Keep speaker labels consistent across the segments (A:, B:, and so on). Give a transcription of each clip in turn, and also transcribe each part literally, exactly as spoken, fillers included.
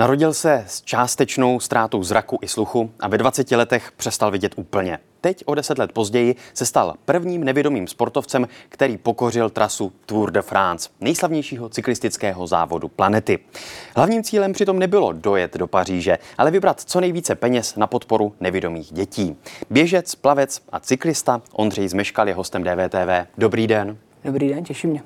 A: Narodil se s částečnou ztrátou zraku i sluchu a ve dvaceti letech přestal vidět úplně. Teď o deset let později se stal prvním nevidomým sportovcem, který pokořil trasu Tour de France, nejslavnějšího cyklistického závodu planety. Hlavním cílem přitom nebylo dojet do Paříže, ale vybrat co nejvíce peněz na podporu nevidomých dětí. Běžec, plavec a cyklista Ondřej Zmeškal je hostem D V T V. Dobrý den.
B: Dobrý den, těší mě.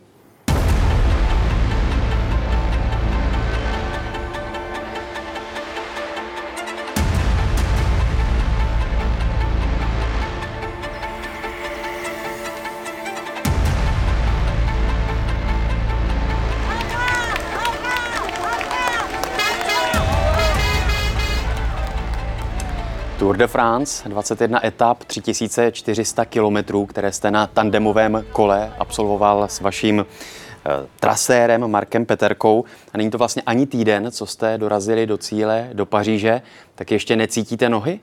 A: Tour de France, dvacet jedna etap, tři tisíce čtyři sta kilometrů, které jste na tandemovém kole absolvoval s vaším e, trasérem Markem Peterkou. A není to vlastně ani týden, co jste dorazili do cíle, do Paříže, tak ještě necítíte nohy?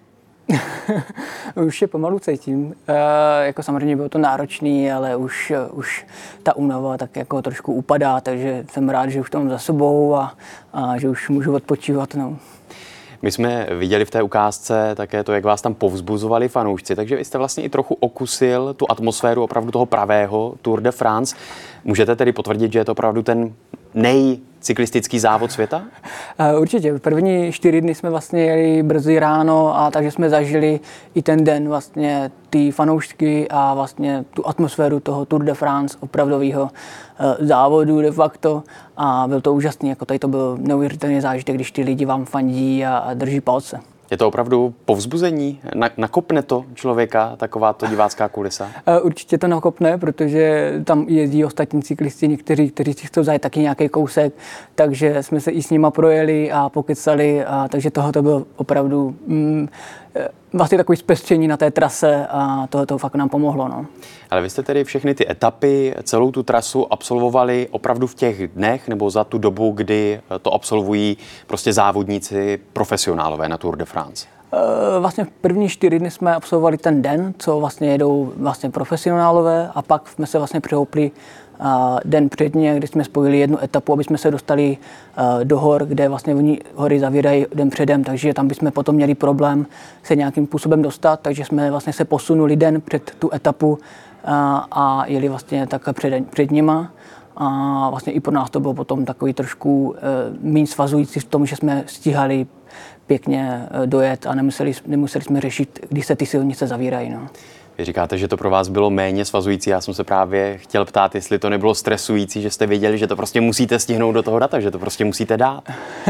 B: Už je pomalu cítím. E, jako samozřejmě bylo to náročný, ale už, už ta únava tak jako trošku upadá, takže jsem rád, že už to mám za sebou a, a že už můžu odpočívat. No.
A: My jsme viděli v té ukázce také to, jak vás tam povzbuzovali fanoušci, takže vy jste vlastně i trochu okusil tu atmosféru opravdu toho pravého Tour de France. Můžete tedy potvrdit, že je to opravdu ten nejcyklistický závod světa?
B: Určitě. První čtyři dny jsme vlastně jeli brzy ráno, a takže jsme zažili i ten den vlastně ty fanoušky a vlastně tu atmosféru toho Tour de France, opravdového závodu de facto, a byl to úžasný, jako tady to byl neuvěřitelný zážitek, když ty lidi vám fandí a, a drží palce.
A: Je to opravdu povzbuzení? Nakopne to člověka, takováto divácká kulisa?
B: Určitě to nakopne, protože tam jezdí ostatní cyklisti, někteří, kteří si chcou zajet taky nějaký kousek, takže jsme se i s nima projeli a pokecali, a takže tohoto bylo opravdu mm, vlastně takový zpestření na té trase a tohoto fakt nám pomohlo. No.
A: Ale vy jste tedy všechny ty etapy, celou tu trasu absolvovali opravdu v těch dnech nebo za tu dobu, kdy to absolvují prostě závodníci, profesionálové na Tour de France?
B: Vlastně první čtyři dny jsme absolvovali ten den, co vlastně jedou vlastně profesionálové, a pak jsme se vlastně přihoupli den předně, kdy jsme spojili jednu etapu, aby jsme se dostali do hor, kde vlastně oni hory zavírají den předem, takže tam bychom potom měli problém se nějakým způsobem dostat, takže jsme vlastně se posunuli den před tu etapu a, a jeli vlastně takhle před, před nima. A vlastně i pro nás to bylo potom takový trošku méně svazující v tom, že jsme stíhali pěkně dojet a nemuseli, nemuseli jsme řešit, když se ty silnice zavírají. No.
A: Vy říkáte, že to pro vás bylo méně svazující. Já jsem se právě chtěl ptát, jestli to nebylo stresující, že jste věděli, že to prostě musíte stihnout do toho data, že to prostě musíte dát.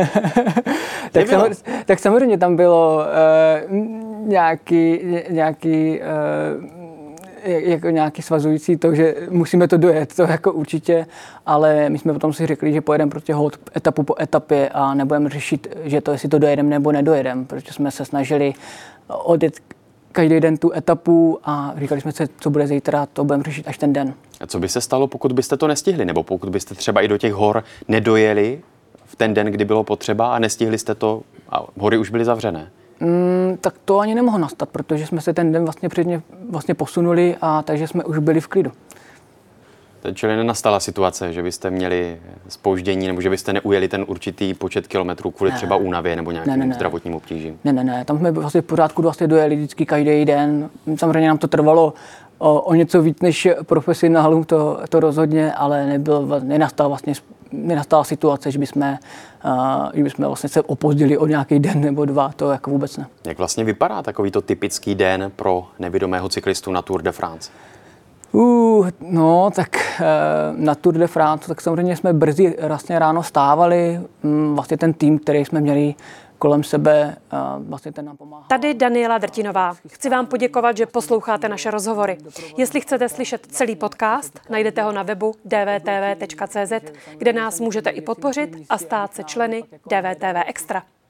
B: tak, samozřejmě, tak samozřejmě tam bylo uh, nějaký, nějaký uh, jako nějaký svazující to, že musíme to dojet, to jako určitě, ale my jsme potom si řekli, že pojedeme prostě hold etapu po etapě a nebudeme řešit, že to, jestli to dojedeme nebo nedojedeme, protože jsme se snažili odjet každý den tu etapu a říkali jsme si, co bude zítra, to budeme řešit až ten den.
A: A co by se stalo, pokud byste to nestihli, nebo pokud byste třeba i do těch hor nedojeli v ten den, kdy bylo potřeba a nestihli jste to a hory už byly zavřené?
B: Mm, tak to ani nemohlo nastat, protože jsme se ten den vlastně předně vlastně posunuli a takže jsme už byli v klidu.
A: Čili nenastala situace, že byste měli zpoždění nebo že byste neujeli ten určitý počet kilometrů kvůli ne. třeba únavě nebo nějakým ne, ne, ne. zdravotním obtížím?
B: Ne, ne, ne. Tam jsme vlastně v pořádku vlastně dojeli vždycky každý den. Samozřejmě nám to trvalo o, o něco víc než profesionálům, to, to rozhodně, ale nebyl, nenastala vlastně nenastala situace, že bychom, uh, že bychom vlastně se opozdili o nějaký den nebo dva, to jako vůbec ne.
A: Jak vlastně vypadá takovýto typický den pro nevidomého cyklistu na Tour de France?
B: Uh, no, tak uh, na Tour de France, tak samozřejmě jsme brzy vlastně ráno stávali. Um, vlastně ten tým, který jsme měli kolem sebe, uh, vlastně ten nám pomáhal.
C: Tady Daniela Drtinová. Chci vám poděkovat, že posloucháte naše rozhovory. Jestli chcete slyšet celý podcast, najdete ho na webu d v t v tečka c z, kde nás můžete i podpořit a stát se členy D V T V Extra.